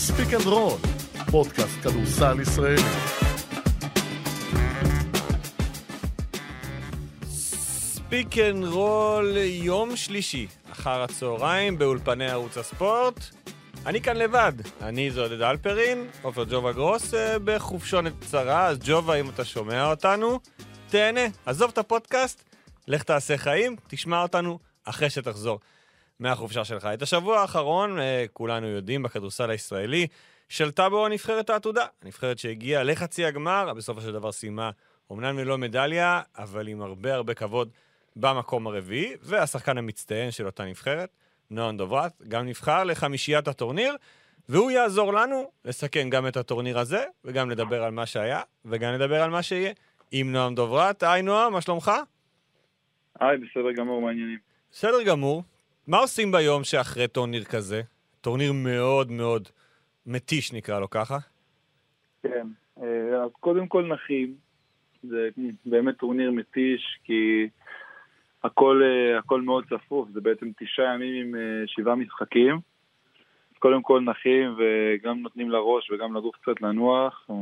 ספיק אנד רול, פודקאסט כדורסל ישראלי. ספיק אנד רול, יום שלישי, אחר הצהריים, באולפני ערוץ הספורט. אני כאן לבד, אני זה עודד אלפרין, עופר ג'ובה גרוס בחופשונת קצרה, אז ג'ובה, אם אתה שומע אותנו, תהנה, עזוב את הפודקאסט, לך תעשה חיים, תשמע אותנו אחרי שתחזור מהחופשה שלך. את השבוע האחרון, כולנו יודעים, בכדורסל הישראלי, שלטה בו נבחרת העתודה, הנבחרת שהגיעה לחצי הגמר, בסופו של דבר סיימה, אומנם ללא מדליה, אבל עם הרבה כבוד במקום הרביעי, והשחקן המצטיין של אותה נבחרת, נועם דוברת, גם נבחר לחמישיית הטורניר, והוא יעזור לנו לסכן גם את הטורניר הזה, וגם לדבר על מה שהיה, וגם לדבר על מה שיהיה. עם נועם דוברת, היי נועם, מה שלומך? היי, בסדר גמור, מה העניינים? בסדר גמור. מה עושים ביום שאחרי טורניר כזה? טורניר מאוד מתיש נקרא לו ככה. כן, אז קודם כל נחים. זה באמת טורניר מתיש, כי הכל מאוד צפוף. זה בעצם 9 ימים עם 7 משחקים. אז קודם כל נחים וגם נותנים לראש וגם לגוף קצת לנוח.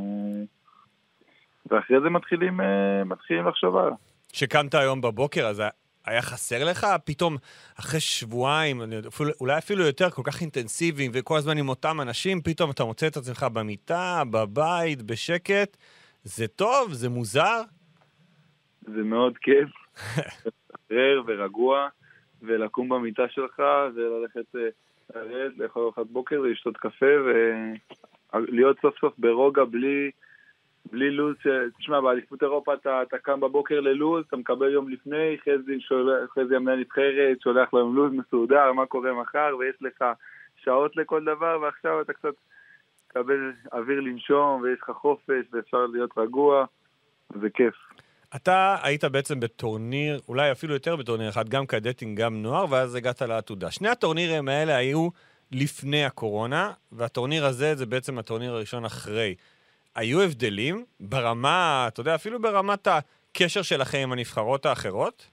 ואחרי זה מתחילים לחשוב הלאה. שקמת היום בבוקר, אז היה חסר לך פתאום אחרי שבועיים, אולי אפילו יותר, כל כך אינטנסיביים, וכל הזמן עם אותם אנשים, פתאום אתה מוצא את עצמך במיטה, בבית, בשקט. זה טוב? זה מוזר? זה מאוד כיף. לשחרר ורגוע, ולקום במיטה שלך, וללכת לרד, לאכול ארוחת בוקר, ולשתות קפה, ולהיות סוף סוף ברוגע בלי לוז. תשמע, באליפות אירופה אתה קם בבוקר ללוז, אתה מקבל יום לפני, חזי המנהל נבחרת, שולח להם לוז מסודר, מה קורה מחר, ויש לך שעות לכל דבר, ועכשיו אתה קצת מקבל אוויר לנשום, ויש לך חופש, ואפשר להיות רגוע, וזה כיף. אתה היית בעצם בטורניר, אולי אפילו יותר בטורניר אחד, גם קדטים, גם נוער, ואז הגעת לעתודה. שני הטורנירים האלה היו לפני הקורונה, והטורניר הזה זה בעצם הטורניר הראשון אחרי. היו הבדלים ברמה, אתה יודע, אפילו ברמת הקשר שלכם עם הנבחרות האחרות?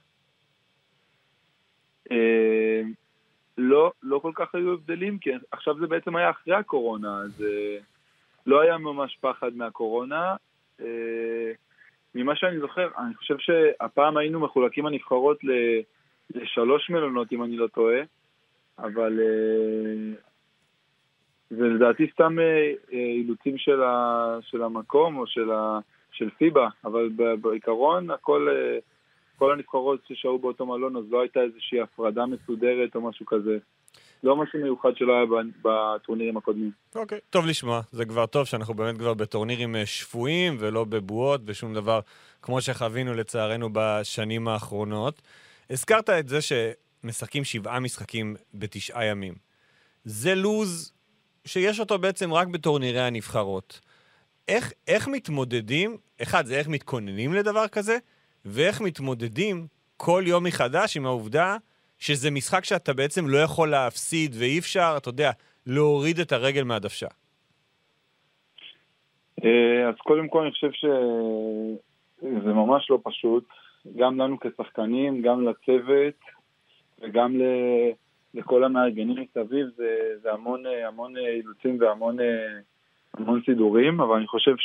לא כל כך היו הבדלים, כי עכשיו זה בעצם היה אחרי הקורונה, אז לא היה ממש פחד מהקורונה. ממה שאני זוכר, אני חושב שהפעם היינו מחולקים הנבחרות ל3 מלונות, אם אני לא טועה, אבל זה לדעתי סתם אילוצים של המקום או של פיבה, אבל בעיקרון כל הנבחרות ששהו באותו מלון, אז לא הייתה איזושהי הפרדה מסודרת או משהו כזה. לא משהו מיוחד שלא היה בטורנירים הקודמים. אוקיי, טוב לשמוע. זה כבר טוב שאנחנו באמת כבר בטורנירים שפויים ולא בבועות ושום דבר כמו שחווינו לצערנו בשנים האחרונות. הזכרת את זה שמשחקים 7 משחקים ב9 ימים. זה לוז שיש אותו בעצם רק בטורנירי הנבחרות. איך מתמודדים? אחד, זה איך מתכוננים לדבר כזה, ואיך מתמודדים כל יום מחדש עם העובדה שזה משחק שאתה בעצם לא יכול להפסיד, ואי אפשר, אתה יודע, להוריד את הרגל מהדוושה. אז קודם כל אני חושב שזה ממש לא פשוט, גם לנו כשחקנים, גם לצוות, וגם לכל המארגנים מסביב, זה המון אילוצים והמון סידורים, אבל אני חושב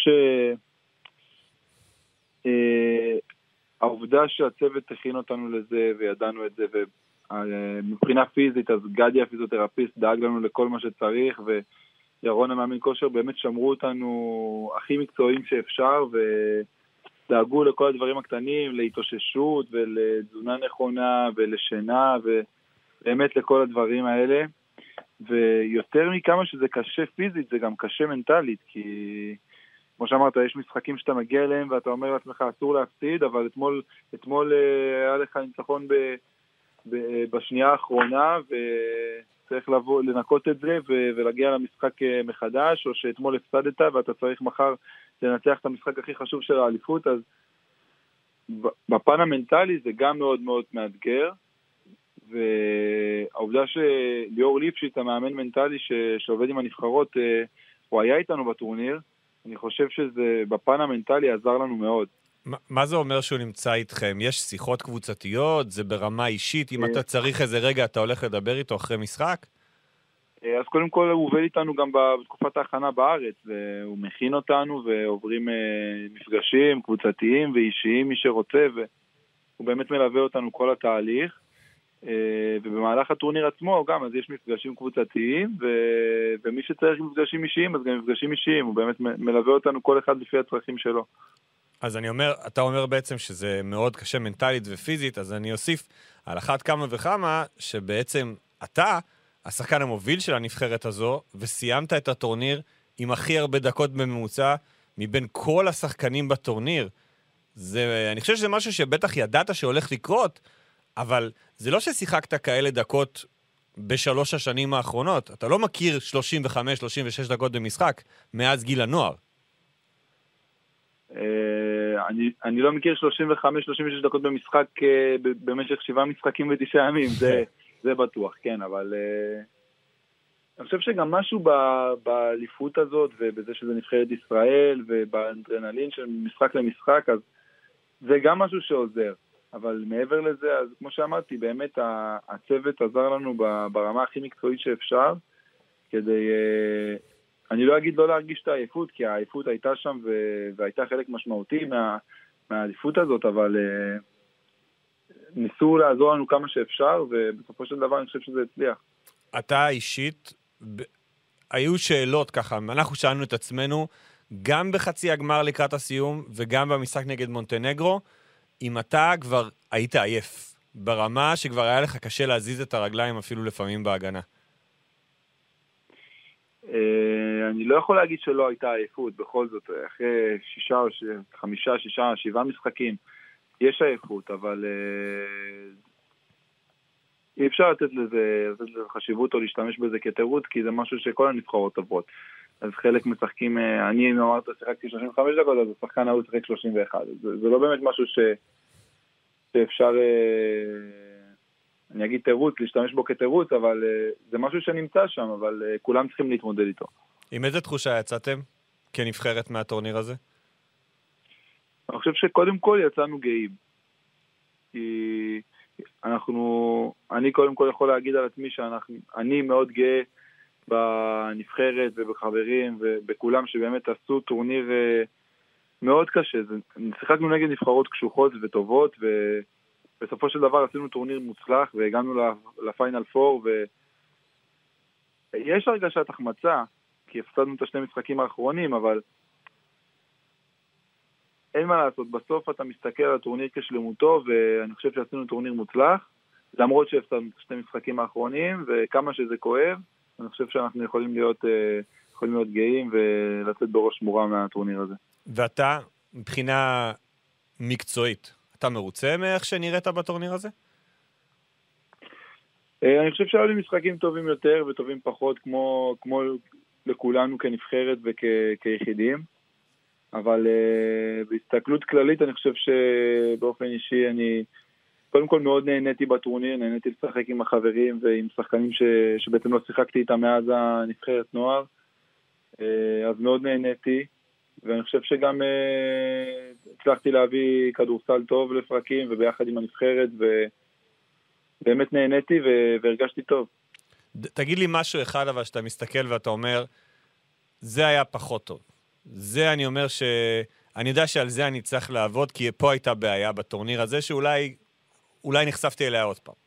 העובדה שהצוות הכין אותנו לזה, וידענו את זה, מבחינה פיזית, אז גדי הפיזיותרפיסט דאג לנו לכל מה שצריך, וירון המאמן כושר באמת שמרו אותנו הכי מקצועיים שאפשר, ודאגו לכל הדברים הקטנים, להתאוששות ולתזונה נכונה ולשינה, ובאמת לכל הדברים האלה. ויותר מכמה שזה קשה פיזית, זה גם קשה מנטלית, כי כמו שאמרת, יש משחקים שאתה מגיע אליהם ואתה אומר לעצמך אסור להפסיד, אבל אתמול היה לך ניצחון בשנייה האחרונה, וצריך לנקות את זה ולהגיע למשחק מחדש, או שאתמול הפסדת ואתה צריך מחר לנצח את המשחק הכי חשוב של האליפות. אז בפן המנטלי זה גם מאוד מאוד מאתגר, והעובדה שליאור ליפשיץ, המאמן מנטלי שעובד עם הנבחרות, הוא היה איתנו בטורניר, אני חושב שזה בפן המנטלי עזר לנו מאוד. מה זה אומר שהוא נמצא איתכם? יש שיחות קבוצתיות? זה ברמה אישית? אם אתה צריך איזה רגע, אתה הולך לדבר איתו אחרי משחק? אז קודם כל הוא עובד איתנו גם בתקופת ההכנה בארץ, והוא מכין אותנו ועוברים מפגשים קבוצתיים ואישיים מי שרוצה, והוא באמת מלווה אותנו כל התהליך. ובמהלך הטורניר עצמו גם, אז יש מפגשים קבוצתיים, ומי שצריך מפגשים אישיים, אז גם מפגשים אישיים, הוא באמת מלווה אותנו כל אחד לפי הצרכים שלו. אז אתה אומר בעצם שזה מאוד קשה מנטלית ופיזית, אז אני אוסיף על אחת כמה וכמה, שבעצם אתה, השחקן המוביל של הנבחרת הזו, וסיימת את הטורניר עם הכי הרבה דקות בממוצע, מבין כל השחקנים בטורניר. אני חושב שזה משהו שבטח ידעת שהולך לקרות, אבל זה לא ששיחקת כאלה דקות בשלוש השנים האחרונות. אתה לא מכיר 35-36 דקות במשחק מאז גיל הנוער. אני לא מכיר 35-36 דקות במשחק במשך 7 משחקים ו9 ימים, זה בטוח, כן, אבל אני חושב שגם משהו באליפות הזאת, ובזה שזה נבחרת ישראל, ובאנדרנלין של משחק למשחק, אז זה גם משהו שעוזר. אבל מעבר לזה, אז כמו שאמרתי, באמת הצוות עזר לנו ברמה הכי מקצועית שאפשר, כדי, אני לא אגיד לא להרגיש את העייפות, כי העייפות הייתה שם והייתה חלק משמעותי מהעייפות הזאת, אבל ניסו לעזור לנו כמה שאפשר, ובסופו של דבר אני חושב שזה הצליח. אתה אישית, היו שאלות ככה, אנחנו שאלנו את עצמנו, גם בחצי הגמר לקראת הסיום, וגם במשחק נגד מונטנגרו, אם אתה כבר היית עייף, ברמה שכבר היה לך קשה להזיז את הרגליים אפילו לפעמים בהגנה. אני לא יכול להגיד שלא הייתה עייפות, בכל זאת, אחרי 5, 6, 7 משחקים, יש עייפות, אבל אי אפשר לתת לזה חשיבות או להשתמש בזה כתירוץ, כי זה משהו שכל הנבחרות עוברות. אז חלק משחקים, אני אמרת, שיחקתי 35 דקות, אז השחקן ההוא שיחק 31. זה לא באמת משהו שאפשר, אני אגיד תירוץ, להשתמש בו כתירוץ, אבל זה משהו שנמצא שם, אבל כולם צריכים להתמודד איתו. עם איזה תחושה יצאתם כנבחרת מהטורניר הזה? אני חושב שקודם כל יצאנו גאים. כי אני קודם כל יכול להגיד על עצמי שאני מאוד גאה בנבחרת ובחברים ובכולם שבאמת עשו טורניר מאוד קשה. שיחקנו נגד נבחרות קשוחות וטובות, ובסופו של דבר עשינו טורניר מוצלח והגענו לפיינל פור, ויש הרגשת החמצה כי הפסדנו את 2 משחקים האחרונים, אבל אין מה לעשות, בסוף אתה מסתכל על הטורניר כשלמותו, ואני חושב שעשינו טורניר מוצלח, למרות שהפסדנו את 2 משחקים האחרונים, וכמה שזה כואב, אני חושב שאנחנו יכולים להיות גאים ולצאת בראש מורה מהטורניר הזה. ואתה, מבחינה מקצועית, אתה מרוצה מאיך שנראית בטורניר הזה? אני חושב שהיו לי משחקים טובים יותר וטובים פחות, כמו לכולנו כנבחרת וכיחידים, אבל בהסתכלות כללית אני חושב שבאופן אישי אני קודם כל מאוד נהניתי בטורניר, נהניתי לשחק עם החברים ועם שחקנים שבעצם לא שיחקתי איתם מאז הנבחרת נוער, אז מאוד נהניתי, ואני חושב שגם הצלחתי להביא כדורסל טוב לפרקים וביחד עם הנבחרת, ובאמת נהניתי והרגשתי טוב. תגיד לי משהו אחד אבל שאתה מסתכל ואתה אומר, זה היה פחות טוב. זה אני אומר אני יודע שעל זה אני צריך לעבוד, כי פה הייתה בעיה בטורניר הזה, שאולי נחשפתי אליה עוד פעם.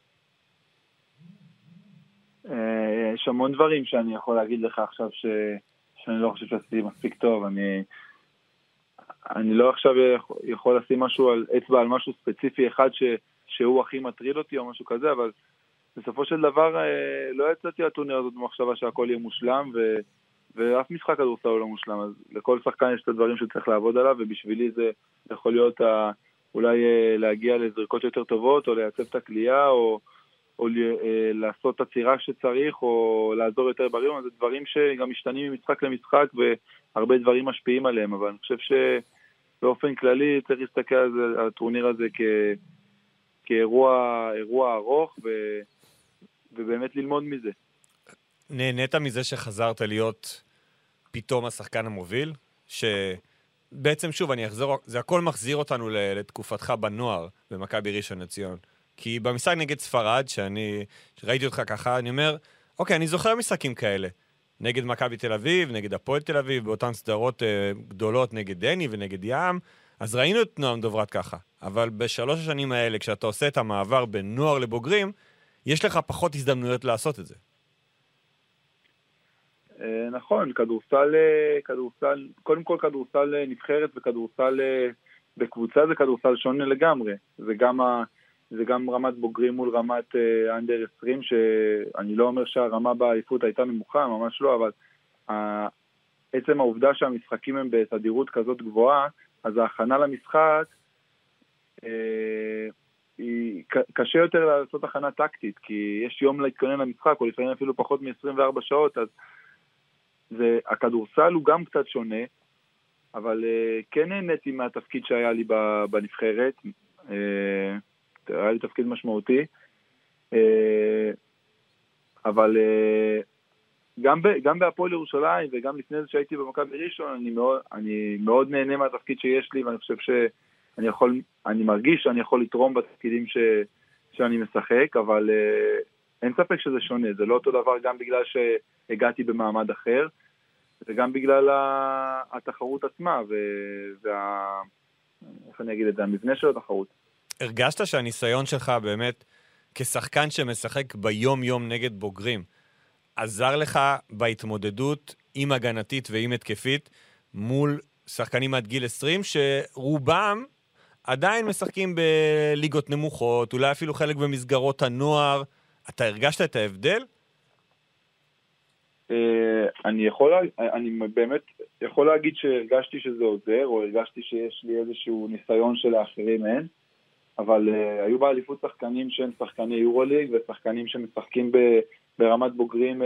יש המון דברים שאני יכול להגיד לך עכשיו שאני לא חושב שעשיתי מספיק טוב. אני לא עכשיו יכול לשים משהו על אצבע על משהו ספציפי אחד שהוא הכי מטריד אותי או משהו כזה, אבל בסופו של דבר לא יצאתי לטורניר הזאת במחשבה שהכל יהיה מושלם, ואף משחק כדורסל הוא לא מושלם, אז לכל שחקן יש את הדברים שצריך לעבוד עליו, ובשבילי זה יכול להיות אולי להגיע לזריקות יותר טובות, או לייצב את הכלייה, או לעשות את הצירה שצריך, או לעזור יותר בריאום. זה דברים שגם משתנים ממשחק למשחק, והרבה דברים משפיעים עליהם, אבל אני חושב שבאופן כללי צריך להסתכל על הטורניר הזה כאירוע ארוך, ובאמת ללמוד מזה. נהנית מזה שחזרת להיות פתאום השחקן המוביל? שבעצם שוב, זה הכל מחזיר אותנו לתקופתך בנוער, במכבי ראשון לציון. כי במשחק נגד ספרד, שראיתי אותך ככה, אני אומר, אוקיי, אני זוכר משחקים כאלה. נגד מכבי תל אביב, נגד הפועל תל אביב, באותן סדרות גדולות נגד דני ונגד ים, אז ראינו את נועם דוברת ככה. אבל בשלוש השנים האלה, כשאתה עושה את המעבר בין נוער לבוגרים, יש לך פחות הזדמנויות לעשות את זה. נכון, כדורסל, קודם כל כדורסל נבחרת וכדורסל בקבוצה זה כדורסל שונה לגמרי. זה גם רמת בוגרים מול רמת אנדר 20, שאני לא אומר שהרמה באליפות הייתה נמוכה, ממש לא, אבל עצם העובדה שהמשחקים הם בתדירות כזאת גבוהה, אז ההכנה למשחק קשה יותר לעשות הכנה טקטית, כי יש יום להתכונן למשחק, או לפעמים אפילו פחות מ-24 שעות, אז הכדורסל הוא גם קצת שונה, אבל כן נהניתי מהתפקיד שהיה לי בנבחרת, היה לי תפקיד משמעותי, אבל גם בהפועל ירושלים וגם לפני זה שהייתי במכבי ראשון, אני מאוד נהנה מהתפקיד שיש לי, ואני חושב אני מרגיש שאני יכול לתרום בתפקידים שאני משחק, אבל אין ספק שזה שונה, זה לא אותו דבר גם בגלל שהגעתי במעמד אחר, וגם בגלל התחרות עצמה, איך אני אגיד את זה, המבנה של התחרות. הרגשת שהניסיון שלך באמת, כשחקן שמשחק ביום-יום נגד בוגרים, עזר לך בהתמודדות עם הגנתית ועם התקפית, מול שחקנים עד גיל 20, שרובם עדיין משחקים בליגות נמוכות, אולי אפילו חלק במסגרות הנוער. אתה הרגשת את ההבדל? אני באמת יכול להגיד שהרגשתי שזה עוזר, או הרגשתי שיש לי איזשהו ניסיון של האחרים אין, אבל היו באליפות שחקנים שהם שחקני יורוליג, ושחקנים שמשחקים ברמת בוגרים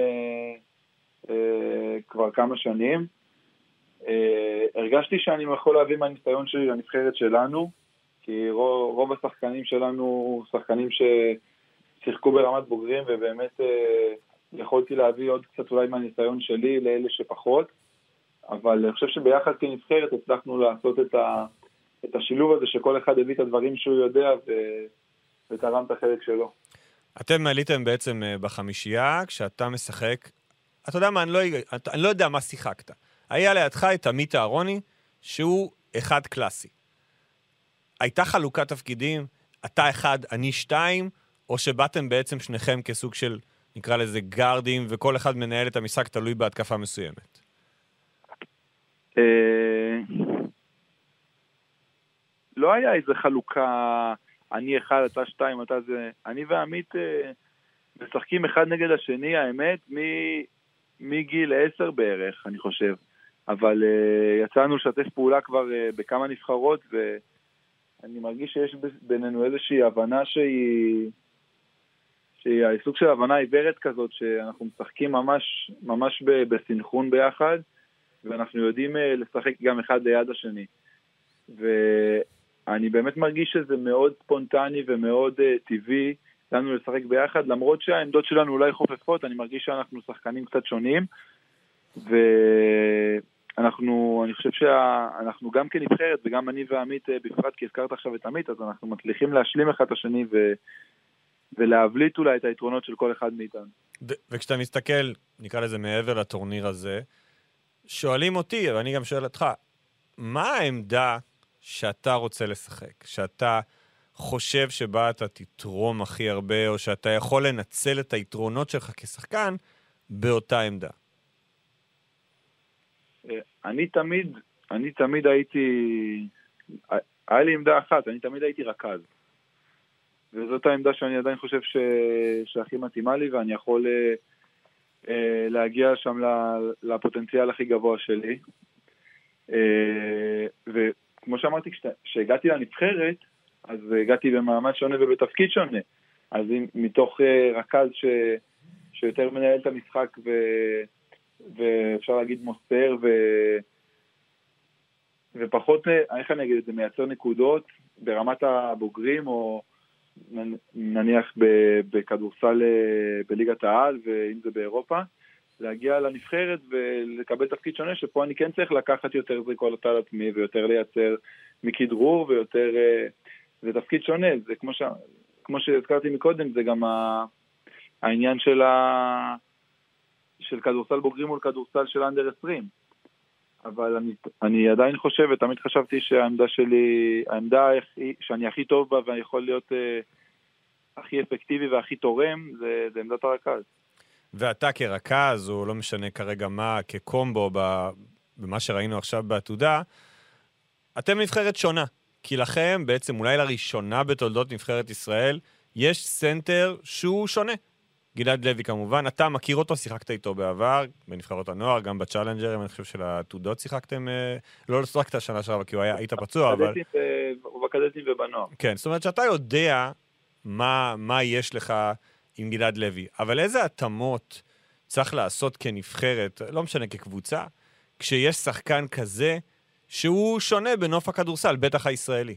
כבר כמה שנים. הרגשתי שאני יכול להביא מהניסיון שלי לנבחרת שלנו, כי רוב השחקנים שלנו שחקנים ששיחקו ברמת בוגרים, ובאמת יכולתי להביא עוד קצת אולי מהניסיון שלי לאלה שפחות, אבל אני חושב שביחד כנבחרת הצלחנו לעשות את השילוב הזה, שכל אחד הביא את הדברים שהוא יודע ותרם את החלק שלו. אתם עליתם בעצם בחמישייה, כשאתה משחק, אתה יודע מה, אני לא יודע מה שיחקת. היה לידך את עמית אהרוני, שהוא אחד קלאסי. הייתה חלוקת תפקידים, אתה אחד, אני שתיים, או שבאתם בעצם שניכם כסוג של, נקרא לזה גארדים, וכל אחד מנהל את המשחק תלוי בהתקפה מסוימת? לא היה איזה חלוקה, אני אחד, אתה שתיים, אתה זה. אני ועמית משחקים אחד נגד השני, האמת, מגיל 10 בערך, אני חושב. אבל יצאנו לשתף פעולה כבר בכמה נבחרות, ואני מרגיש שיש בינינו איזושהי הבנה שהיא סוג של הבנה עיוורת כזאת, שאנחנו משחקים ממש בסנכרון ביחד, ואנחנו יודעים לשחק גם אחד ליד השני. ואני באמת מרגיש שזה מאוד ספונטני ומאוד טבעי לנו לשחק ביחד, למרות שהעמדות שלנו אולי חופפות, אני מרגיש שאנחנו שחקנים קצת שונים, אני חושב שאנחנו גם כנבחרת, וגם אני ועמית בפרט, כי הזכרת עכשיו את עמית, אז אנחנו מצליחים להשלים אחד את השני ולהבליט אולי את היתרונות של כל אחד מאיתנו. וכשאתה מסתכל, נקרא לזה מעבר לטורניר הזה, שואלים אותי, ואני גם שואל אותך, מה העמדה שאתה רוצה לשחק? שאתה חושב שבה אתה תתרום הכי הרבה, או שאתה יכול לנצל את היתרונות שלך כשחקן באותה עמדה? אני תמיד הייתי, היה לי עמדה אחת, אני תמיד הייתי רכז. וזאת העמדה שאני עדיין חושב שהכי מתאימה לי, ואני יכול להגיע שם לפוטנציאל הכי גבוה שלי. וכמו שאמרתי, כשהגעתי לנבחרת, אז הגעתי במעמד שונה ובתפקיד שונה. אז מתוך רכז שיותר מנהל את המשחק ואפשר להגיד מוסר ופחות, איך אני אגיד את זה, מייצר נקודות ברמת הבוגרים, או נניח בכדורסל בליגת העל, ואם זה באירופה, להגיע לנבחרת ולקבל תפקיד שונה, שפה אני כן צריך לקחת יותר זריקות על עצמי, ויותר לייצר מכדרור, ויותר, זה תפקיד שונה, זה כמו שהזכרתי מקודם, זה גם העניין של כדורסל בוגרים מול כדורסל של אנדר 20. אבל אני עדיין חושב, ותמיד חשבתי שהעמדה שלי, העמדה שאני הכי טוב בה ואני יכול להיות הכי אפקטיבי והכי תורם, זה עמדת הרכז. ואתה כרכז, או לא משנה כרגע מה, כקומבו במה שראינו עכשיו בעתודה, אתם נבחרת שונה. כי לכם, בעצם אולי לראשונה בתולדות נבחרת ישראל, יש סנטר שהוא שונה. גלעד לוי כמובן, אתה מכיר אותו, שיחקת איתו בעבר, בנבחרות הנוער, גם בצ'אלנג'רים, אני חושב של העתודות שיחקתם, לא רק את השנה שעברה, כי הוא היית פצוע, אבל... בקדטים ובנוער. כן, זאת אומרת שאתה יודע מה יש לך עם גלעד לוי, אבל איזה התאמות צריך לעשות כנבחרת, לא משנה כקבוצה, כשיש שחקן כזה, שהוא שונה בנוף הכדורסל, בטח הישראלי.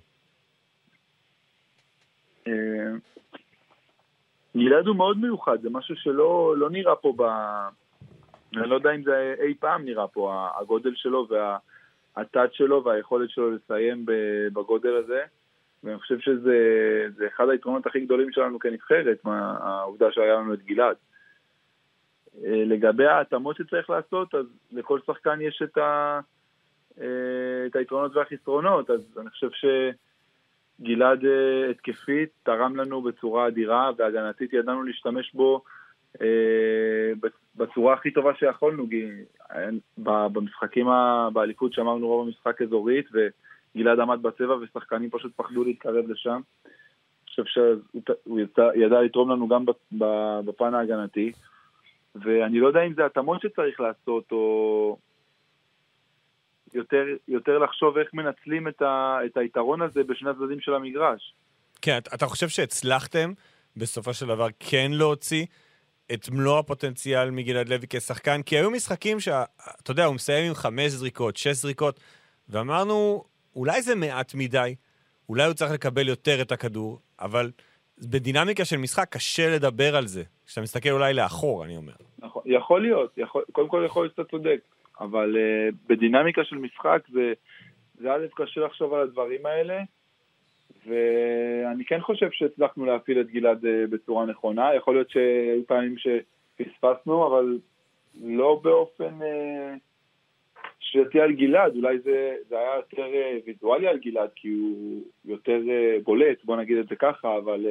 גלעד הוא מאוד מיוחד, זה משהו שלא נראה פה אני לא יודע אם זה אי פעם נראה פה, הגודל שלו והטאץ' שלו והיכולת שלו לסיים בגודל הזה, ואני חושב שזה אחד היתרונות הכי גדולים שלנו כנבחרת, העובדה שהיה לנו את גלעד. לגבי ההתאמות שצריך לעשות, אז לכל שחקן יש את היתרונות והחסרונות, אז אני חושב שגלעד התקפית תרם לנו בצורה אדירה, והגנתית ידענו להשתמש בו בצורה הכי טובה שיכולנו. במשחקים באליפות שמרנו רוב המשחק אזורית, וגלעד עמד בצבע ושחקנים פשוט פחדו להתקרב לשם. אני חושב שהוא ידע לתרום לנו גם בפן ההגנתי, ואני לא יודע אם זה התאמות שצריך לעשות, או יותר לחשוב איך מנצלים את היתרון הזה בשני הצדדים של המגרש. כן, אתה חושב שהצלחתם בסופו של דבר כן להוציא את מלוא הפוטנציאל מגלעד לוי כשחקן? כי היו משחקים אתה יודע, הוא מסיים עם 5 זריקות, 6 זריקות, ואמרנו, אולי זה מעט מדי, אולי הוא צריך לקבל יותר את הכדור, אבל בדינמיקה של משחק קשה לדבר על זה. כשאתה מסתכל אולי לאחור, אני אומר. נכון, יכול להיות, קודם כל יכול להיות שאתה צודק, אבל בדינמיקה של משחק זה א' קשה לחשוב על הדברים האלה, ואני כן חושב שהצלחנו להפעיל את גלעד בצורה נכונה. יכול להיות שהיו פעמים שפספסנו, אבל לא באופן שתהיה על גלעד. אולי זה היה יותר ויזואלי על גלעד, כי הוא יותר בולט, בוא נגיד את זה ככה, אבל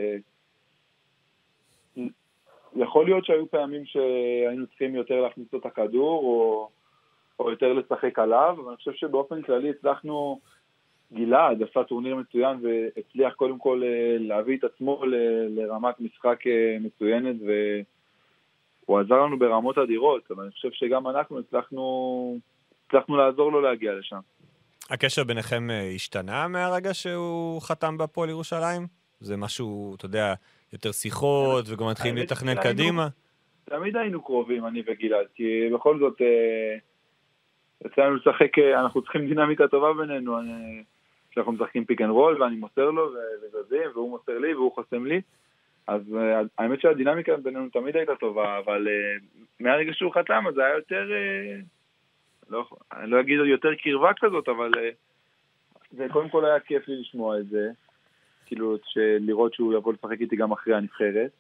יכול להיות שהיו פעמים שהיינו צריכים יותר להכניס את הכדור, או יותר לשחק עליו, אבל אני חושב שבאופן כללי הצלחנו, גלעד עשה טורניר מצוין, והצליח קודם כל להביא את עצמו לרמת משחק מצוינת, והוא עזר לנו ברמות אדירות, אבל אני חושב שגם אנחנו הצלחנו לעזור לו להגיע לשם. הקשר ביניכם השתנה מהרגע שהוא חתם בהפועל ירושלים? זה משהו, אתה יודע, יותר שיחות, וגם מתחילים לתכנן קדימה? תמיד היינו קרובים, אני וגלעד, כי בכל זאת אצלנו לשחק, אנחנו צריכים דינמיקה טובה בינינו, שאנחנו משחקים פיק אנד רול, ואני מוסר לו וזזים, והוא מוסר לי, והוא חוסם לי, אז האמת שהדינמיקה בינינו תמיד הייתה טובה, אבל מהרגע שהוא חתם, אז זה היה יותר, אני לא אגיד יותר קרבה כזאת, אבל זה קודם כל היה כיף לי לשמוע את זה, כאילו לראות שהוא יבוא לשחק איתי גם אחרי הנבחרת,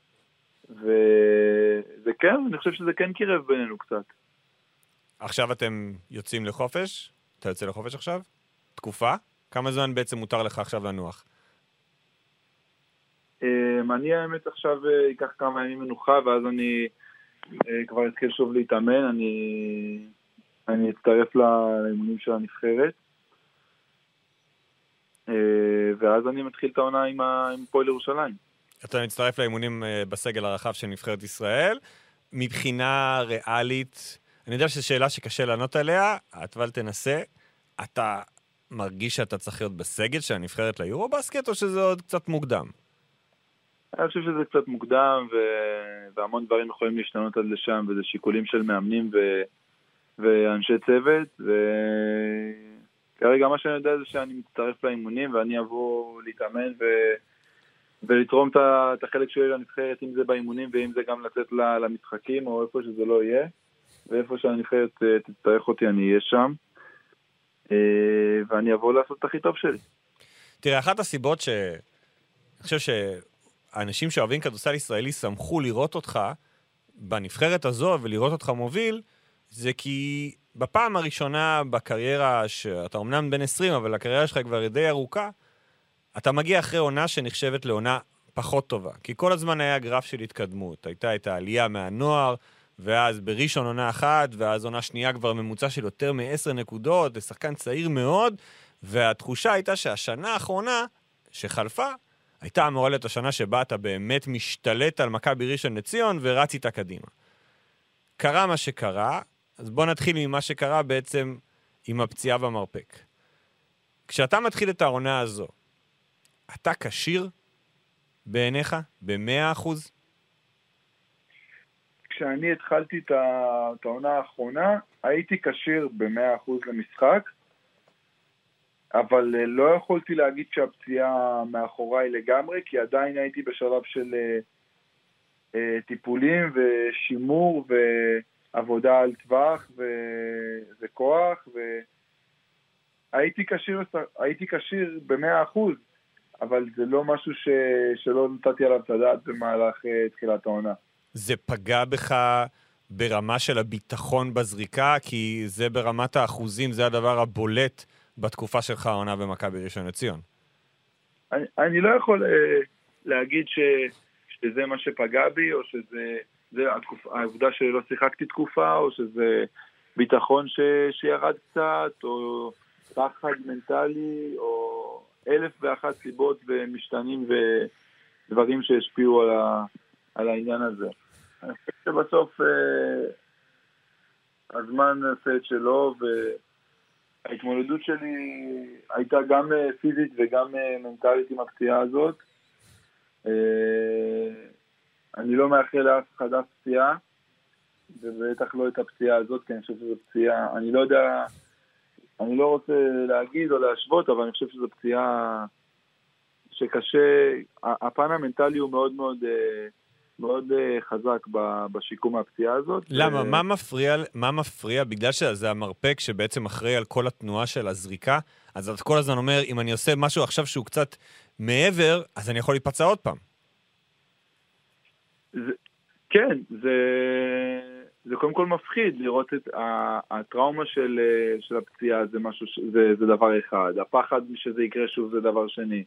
וזה כן, אני חושב שזה כן קירב בינינו קצת. עכשיו אתם יוצאים לחופש? אתה יוצא לחופש עכשיו? תקופה? כמה זמן בעצם מותר לך עכשיו לנוח? אני האמת עכשיו אקח כמה ימים מנוחה, ואז אני כבר אתחיל שוב להתאמן, אני אצטרף לאימונים של הנבחרת, ואז אני מתחיל את העונה עם הפועל ירושלים. אתה מצטרף לאימונים בסגל הרחב של נבחרת ישראל. מבחינה ריאלית, אני יודע שזו שאלה שקשה לענות עליה, אבל תנסה, אתה מרגיש שאתה צריך להיות בסגל של הנבחרת ליורובסקט, או שזה עוד קצת מוקדם? אני חושב שזה קצת מוקדם, והמון דברים יכולים להשתנות עד לשם, וזה שיקולים של מאמנים ואנשי צוות, וכרגע מה שאני יודע זה שאני מצטרף לאימונים, ואני אבוא להתאמן ולתרום את החלק שלי לנבחרת, אם זה באימונים, ואם זה גם לצאת למשחקים, או איפה שזה לא יהיה, ואיפה שהנבחרת תצטרך אותי, אני אהיה שם, ואני אבוא לעשות את הכי טוב שלי. תראה, אחת הסיבות אני חושב שהאנשים שאוהבים כדורסל ישראלי שמחו לראות אותך, בנבחרת הזו ולראות אותך מוביל, זה כי בפעם הראשונה בקריירה, שאתה אומנם בן 20, אבל הקריירה שלך כבר די ארוכה, אתה מגיע אחרי עונה שנחשבת לעונה פחות טובה. כי כל הזמן היה גרף של התקדמות. הייתה את העלייה מהנוער, ואז בראשון עונה אחת, ואז עונה שנייה כבר ממוצע של יותר מ10 נקודות, זה שחקן צעיר מאוד, והתחושה הייתה שהשנה האחרונה שחלפה, הייתה אמורה להיות השנה שבה אתה באמת משתלט על מכבי ראשון לציון ורץ איתה קדימה. קרה מה שקרה, אז בוא נתחיל ממה שקרה בעצם עם הפציעה במרפק. כשאתה מתחיל את העונה הזו, אתה כשיר בעיניך? ב100%? כשאני התחלתי את העונה האחרונה, הייתי כשיר ב100% למשחק, אבל לא יכולתי להגיד שהפציעה מאחוריי לגמרי, כי עדיין הייתי בשלב של טיפולים ושימור ועבודה על טווח וכוח, הייתי כשיר ב100%, אבל זה לא משהו שלא נתתי עליו את הדעת במהלך תחילת העונה. זה פגע בך ברמה של הביטחון בזריקה, כי זה ברמת האחוזים, זה הדבר הבולט בתקופה שלך העונה במכבי ראשון לציון. אני לא יכול להגיד שזה מה שפגע בי, או שזה העובדה שלא שיחקתי תקופה, או שזה ביטחון שירד קצת, או פחד מנטלי, או 1,001 סיבות ומשתנים ודברים שהשפיעו על העניין הזה. אני חושב שבסוף הזמן עושה את שלו, וההתמודדות שלי הייתה גם פיזית וגם מנטלית עם הפציעה הזאת. אני לא מאחל לאף אחד אף פציעה, ובטח לא את הפציעה הזאת, כי אני חושב שזו פציעה, אני לא יודע, אני לא רוצה להגיד או להשוות, אבל אני חושב שזו פציעה שקשה, הפן המנטלי הוא מאוד מאוד מאוד חזק בשיקום הפציעה הזאת. למה? מה מפריע? בגלל שזה המרפק שבעצם אחראי על כל התנועה של הזריקה, אז אתה כל הזמן אומר, אם אני עושה משהו עכשיו שהוא קצת מעבר, אז אני יכול להיפצע עוד פעם. כן, זה קודם כל מפחיד לראות את הטראומה של הפציעה, זה דבר אחד. הפחד שזה יקרה שוב זה דבר שני.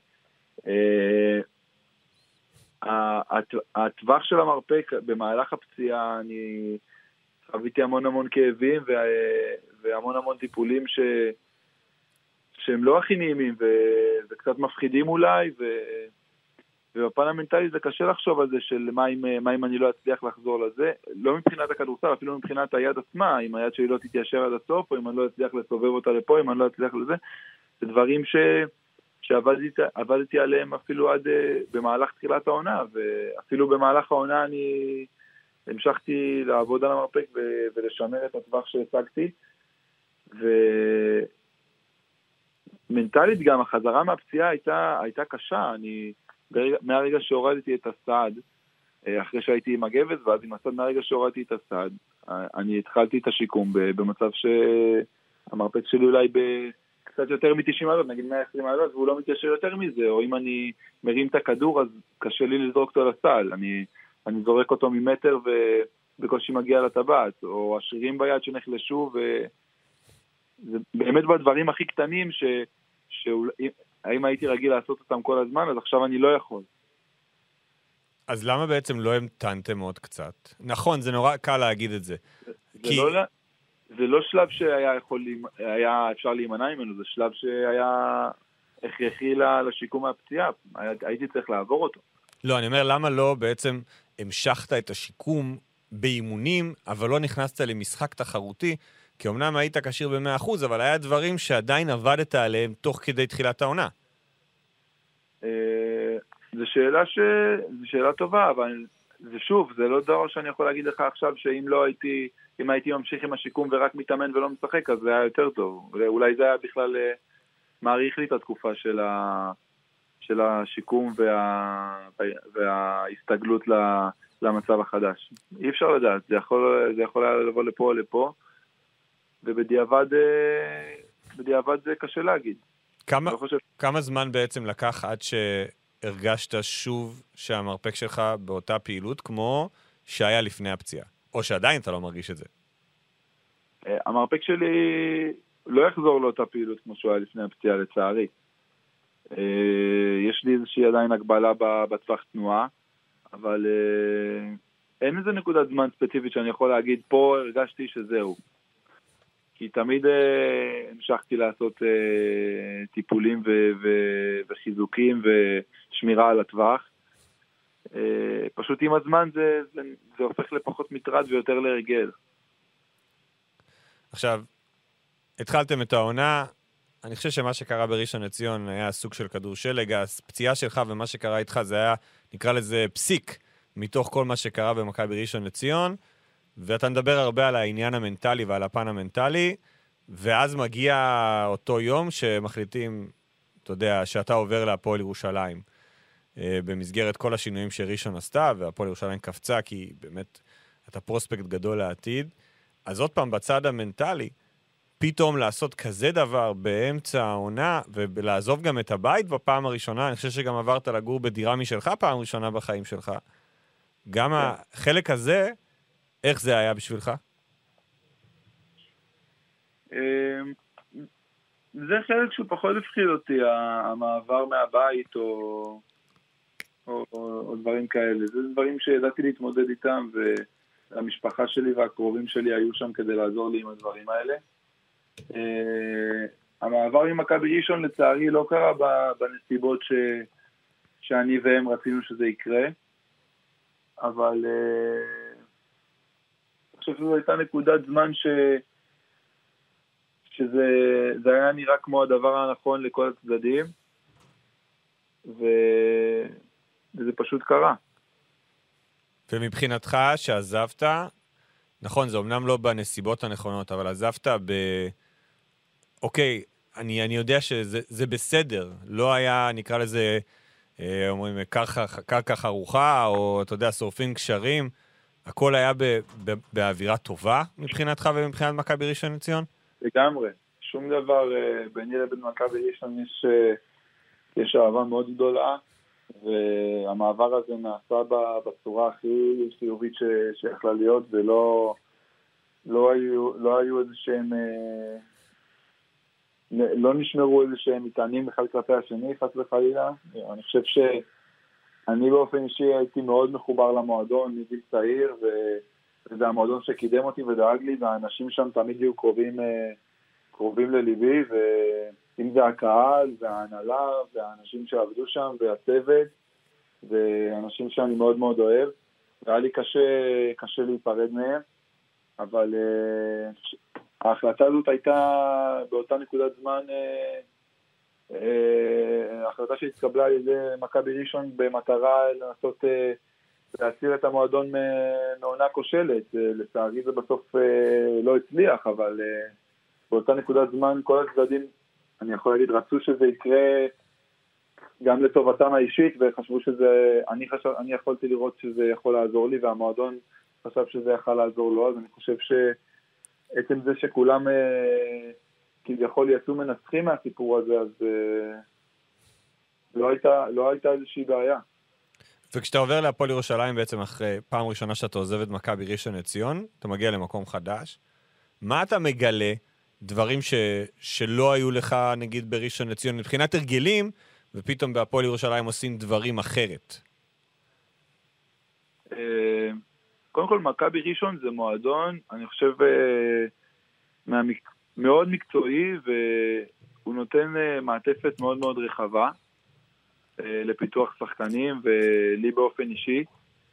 הטווח של המרפק במהלך הפציעה, אני חוויתי המון כאבים והמון טיפולים שהם לא הכי נעימים וקצת מפחידים אולי, ובפן המנטלי זה קשה לחשוב על זה של מה אם אני לא אצליח לחזור לזה, לא מבחינת הכדורסל, אפילו מבחינת היד עצמה, אם היד שלי לא תתיישר עד הסוף, או אם אני לא אצליח לסובב אותה לפה, אם אני לא אצליח לזה, זה דברים שעבדתי עליהם אפילו עד במהלך תחילת העונה, ואפילו במהלך העונה אני המשכתי לעבוד על המרפק ולשמר את הטווח שהשגתי, ומנטלית גם החזרה מהפציעה הייתה קשה. מהרגע שהורדתי את הסעד, אחרי שהייתי עם הגבס, ואז עם הסעד, מהרגע שהורדתי את הסעד, אני התחלתי את השיקום במצב שהמרפק שלי אולי קצת יותר מ-90 מעלות, נגיד 120 מעלות, והוא לא מתיישר יותר מזה, או אם אני מרים את הכדור, אז קשה לי לזרוק אותו לסל, אני זורק אותו ממטר ובקושי מגיע לטבעת, או השרירים ביד שנחלשו, וזה באמת בדברים הכי קטנים, האם הייתי רגיל לעשות אותם כל הזמן, אז עכשיו אני לא יכול. אז למה בעצם לא המתנתם עוד קצת? נכון, זה נורא קל להגיד את זה. זה לא שלב שהיה אפשר להימנע ממנו, זה שלב שהיה הכרחי לשיקום מהפציעה. הייתי צריך לעבור אותו. לא, אני אומר, למה לא בעצם המשכת את השיקום באימונים, אבל לא נכנסת למשחק תחרותי, כי אמנם היית כשיר ב100%, אבל היה דברים שעדיין עבדת עליהם תוך כדי תחילת העונה. זו שאלה טובה, אבל זה לא דבר שאני יכול להגיד לך עכשיו, אם הייתי ממשיך עם השיקום ורק מתאמן ולא משחק, אז זה היה יותר טוב. אולי זה היה בכלל מעריך לי את התקופה של השיקום וההסתגלות למצב החדש. אי אפשר לדעת, זה יכול לבוא לפה או לפה, ובדיעבד זה קשה להגיד. כמה זמן בעצם לקח עד שהרגשת שוב שהמרפק שלך באותה פעילות, כמו שהיה לפני הפציעה? או שעדיין אתה לא מרגיש את זה? המרפק שלי לא יחזור לאותה פעילות כמו שהוא היה לפני הפציעה, לצערי. יש לי איזושהי עדיין הגבלה בטווח תנועה, אבל אין איזה נקודת זמן ספציפית שאני יכול להגיד, פה הרגשתי שזהו. כי תמיד המשכתי לעשות טיפולים וחיזוקים ושמירה על הטווח. פשוט עם הזמן זה הופך לפחות מטרד ויותר להרגל. עכשיו, התחלתם את העונה, אני חושב שמה שקרה בראשון לציון היה סוג של כדור שלג, הפציעה שלך ומה שקרה איתך זה היה, נקרא לזה פסיק, מתוך כל מה שקרה במכבי ראשון לציון, ואתה מדבר הרבה על העניין המנטלי ועל הפן המנטלי, ואז מגיע אותו יום שמחליטים, אתה יודע, שאתה עובר להפועל ירושלים, במסגרת כל השינויים שראשון עשתה, והפועל ירושלים קפצה, כי באמת אתה פרוספקט גדול לעתיד. אז עוד פעם, בצד המנטלי, פתאום לעשות כזה דבר באמצע העונה, ולעזוב גם את הבית בפעם הראשונה, אני חושב שגם עברת לגור בדירה משלך פעם ראשונה בחיים שלך. גם החלק הזה, איך זה היה בשבילך? זה חלק שהוא פחות הפחיד אותי, המעבר מהבית או דברים כאלה. זה דברים שידעתי להתמודד איתם, והמשפחה שלי והקרובים שלי היו שם כדי לעזור לי עם הדברים האלה. המעבר עם מכבי ראשון לצערי לא קרה בנסיבות שאני והם רצינו שזה יקרה, אבל אני חושב שזו הייתה נקודת זמן שזה היה נראה כמו הדבר הנכון לכל הצדדים, וזה פשוט קרה. ומבחינתך שעזבת, נכון, זה אומנם לא בנסיבות הנכונות, אבל עזבת אוקיי, אני יודע שזה בסדר, לא היה, נקרא לזה, אומרים, קרקע חרוכה, או אתה יודע, שורפים קשרים, הכל היה באווירה טובה מבחינתך ומבחינת מכבי ראשון לציון? לגמרי, שום דבר, ביני לבין מכבי ראשון יש אהבה מאוד גדולה, והמעבר הזה נעשה בצורה הכי חיובית שיכלה להיות, ולא היו איזה שהם, לא נשמרו איזה שהם מטענים אחד כלפי השני, חס וחלילה. אני חושב שאני באופן אישי הייתי מאוד מחובר למועדון מגיל צעיר, וזה המועדון שקידם אותי ודאג לי, והאנשים שם תמיד היו קרובים לליבי, ואם זה הקהל וההנהלה והאנשים שעבדו שם והצוות, ואנשים שאני מאוד מאוד אוהב, והיה לי קשה להיפרד מהם, אבל ההחלטה הזאת הייתה באותה נקודת זמן, ההחלטה שהתקבלה על ידי מכבי ראשון במטרה לנסות להסיר את המועדון מעונה כושלת. לצערי זה בסוף לא הצליח, אבל באותה נקודת זמן כל הצדדים, אני יכול להגיד, רצו שזה יקרה גם לטובתם האישית, וחשבו שזה, אני יכולתי לראות שזה יכול לעזור לי, והמועדון חשב שזה יכול לעזור לו, אז אני חושב שעצם זה שכולם כביכול יצאו מנצחים מהסיפור הזה, אז לא הייתה איזושהי בעיה. וכשאתה עובר להפועל ירושלים בעצם אחרי פעם ראשונה שאתה עוזב את מכבי ראשון לציון, אתה מגיע למקום חדש, מה אתה מגלה? דברים שלא היו לך, נגיד, בראשון לציון, מבחינת הרגלים, ופתאום בהפועל ירושלים עושים דברים אחרת. קודם כל, מכבי ראשון זה מועדון, אני חושב, מאוד מקצועי, והוא נותן מעטפת מאוד מאוד רחבה לפיתוח שחקנים, ולי באופן אישי.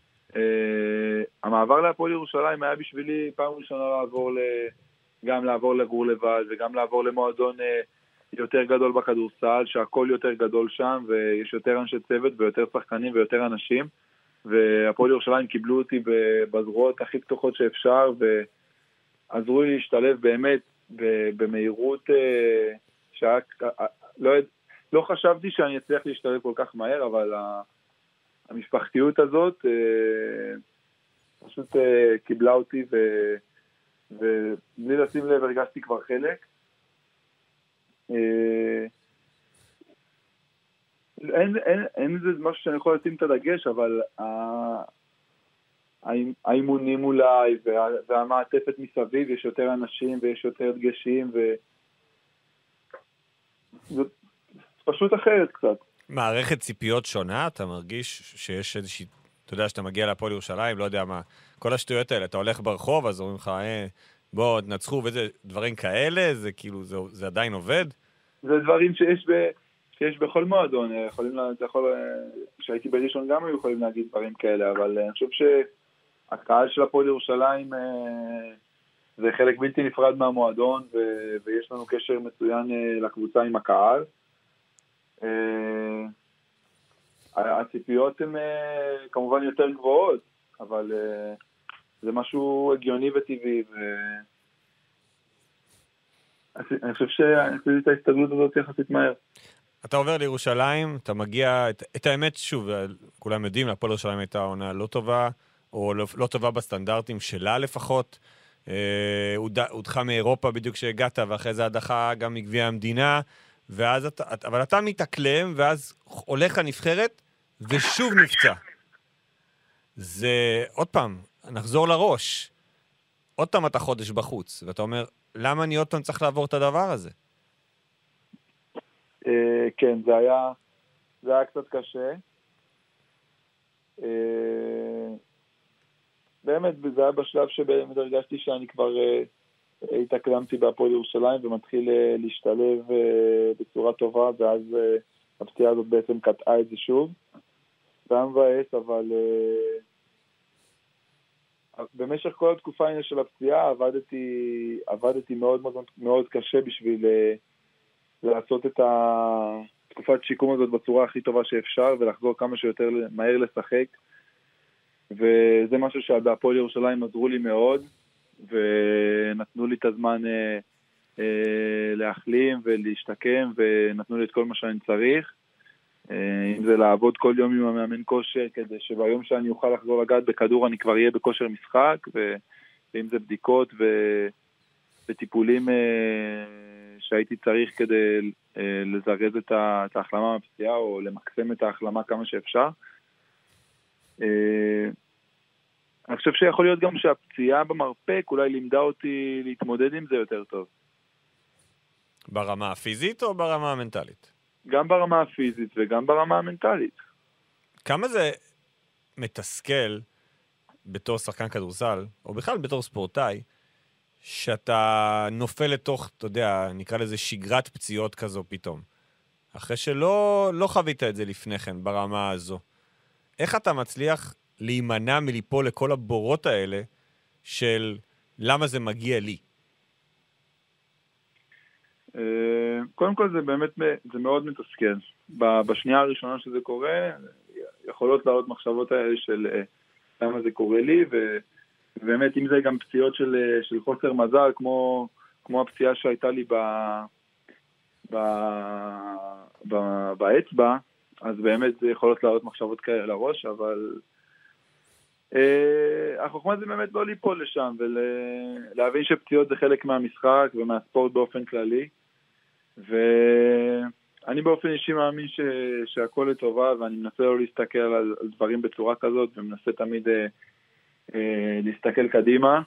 המעבר להפועל ירושלים היה בשבילי פעם ראשונה גם לעבור לגור לבד, וגם לעבור למועדון יותר גדול בכדורסל, שהכל יותר גדול שם, ויש יותר אנשי צוות, ויותר שחקנים, ויותר אנשים, והפועל ירושלים קיבלו אותי בזרועות הכי פתוחות שאפשר, ועזרו לי להשתלב באמת במהירות, לא חשבתי שאני אצליח להשתלב כל כך מהר, אבל המשפחתיות הזאת פשוט קיבלה אותי, ובלי לשים לב הרגשתי כבר חלק. אין איזה משהו שאני יכול לשים את הדגש, אבל האימונים אולי, והמעטפת מסביב, יש יותר אנשים ויש יותר דגשים, זה פשוט אחרת קצת. מערכת ציפיות שונה, אתה מרגיש שיש איזושהי, אתה יודע, שאתה מגיע להפועל ירושלים, לא יודע מה, כל השטויות האלה, אתה הולך ברחוב, אז אומרים לך, בוא, תנצחו, וזה דברים כאלה, זה כאילו, זה עדיין עובד? זה דברים שיש בכל מועדון, כשהייתי בראשון גם היו יכולים להגיד דברים כאלה, אבל אני חושב שהקהל של הפועל ירושלים זה חלק בלתי נפרד מהמועדון, ויש לנו קשר מצוין לקבוצה עם הקהל. הציפיות הן כמובן יותר גבוהות, אבל זה משהו הגיוני וטבעי, אני חושב שאת ההסתגלות הזאת יחסית מהר. אתה עובר לירושלים, אתה מגיע, את האמת, שוב, כולם יודעים, להפועל ירושלים הייתה עונה לא טובה, או לא טובה בסטנדרטים שלה לפחות, הודחה מאירופה בדיוק שהגעת, ואחרי זה הדחה גם מגביע המדינה, אבל אתה מתאקלם, ואז הולך לנבחרת, ושוב נפצע. זה, עוד פעם, נחזור לראש. עוד פעם אתה חודש בחוץ, ואתה אומר, למה אני עוד פעם צריך לעבור את הדבר הזה? כן, זה היה קצת קשה. באמת, זה היה בשלב שבאמת הרגשתי שאני כבר התאקלמתי בהפועל ירושלים, ומתחיל להשתלב בצורה טובה, ואז הפציעה הזאת בעצם קטעה את זה שוב. זה היה מבאס, אבל במשך כל התקופה של הפציעה עבדתי מאוד מאוד מאוד קשה בשביל לעשות את התקופת שיקום הזאת בצורה הכי טובה שאפשר, ולחזור כמה שיותר מהר לשחק. וזה משהו שבהפועל ירושלים עזרו לי מאוד, ונתנו לי את הזמן להחלים ולהשתקם, ונתנו לי את כל מה שאני צריך. אם זה לעבוד כל יום עם המאמן כושר, כדי שביום שאני אוכל לחזור לגעת בכדור, אני כבר אהיה בכושר משחק, ואם זה בדיקות וטיפולים שהייתי צריך כדי לזרז את ההחלמה מהפציעה, או למקסם את ההחלמה כמה שאפשר. אני חושב שיכול להיות גם שהפציעה במרפק אולי לימדה אותי להתמודד עם זה יותר טוב. ברמה הפיזית או ברמה המנטלית? גם ברמה הפיזית וגם ברמה המנטלית. כמה זה מתסכל בתור שחקן כדורסל, או בכלל בתור ספורטאי, שאתה נופל לתוך, אתה יודע, נקרא לזה שגרת פציעות כזו פתאום. אחרי שלא חווית את זה לפני כן ברמה הזו. איך אתה מצליח להימנע מליפול לכל הבורות האלה של למה זה מגיע לי? קודם כל זה באמת, זה מאוד מתסכל. בשנייה הראשונה שזה קורה, יכולות לעלות מחשבות האלה של למה זה קורה לי, ובאמת אם זה גם פציעות של חוסר מזל, כמו הפציעה שהייתה לי באצבע, אז באמת זה יכולות לעלות מחשבות כאלה לראש, אבל החוכמה זה באמת לא ליפול לשם, ולהבין שפציעות זה חלק מהמשחק ומהספורט באופן כללי, ואני באופן אישי מאמין שהכל לטובה, ואני מנסה לא להסתכל על דברים בצורה כזאת, ומנסה תמיד להסתכל קדימה.